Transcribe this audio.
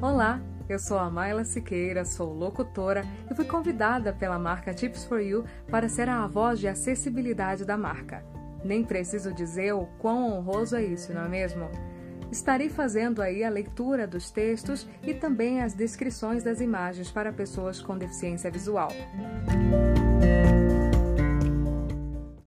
Olá, eu sou a Mayla Siqueira, sou locutora e fui convidada pela marca Tips4U para ser a voz de acessibilidade da marca. Nem preciso dizer o quão honroso é isso, não é mesmo? Estarei fazendo aí a leitura dos textos e também as descrições das imagens para pessoas com deficiência visual.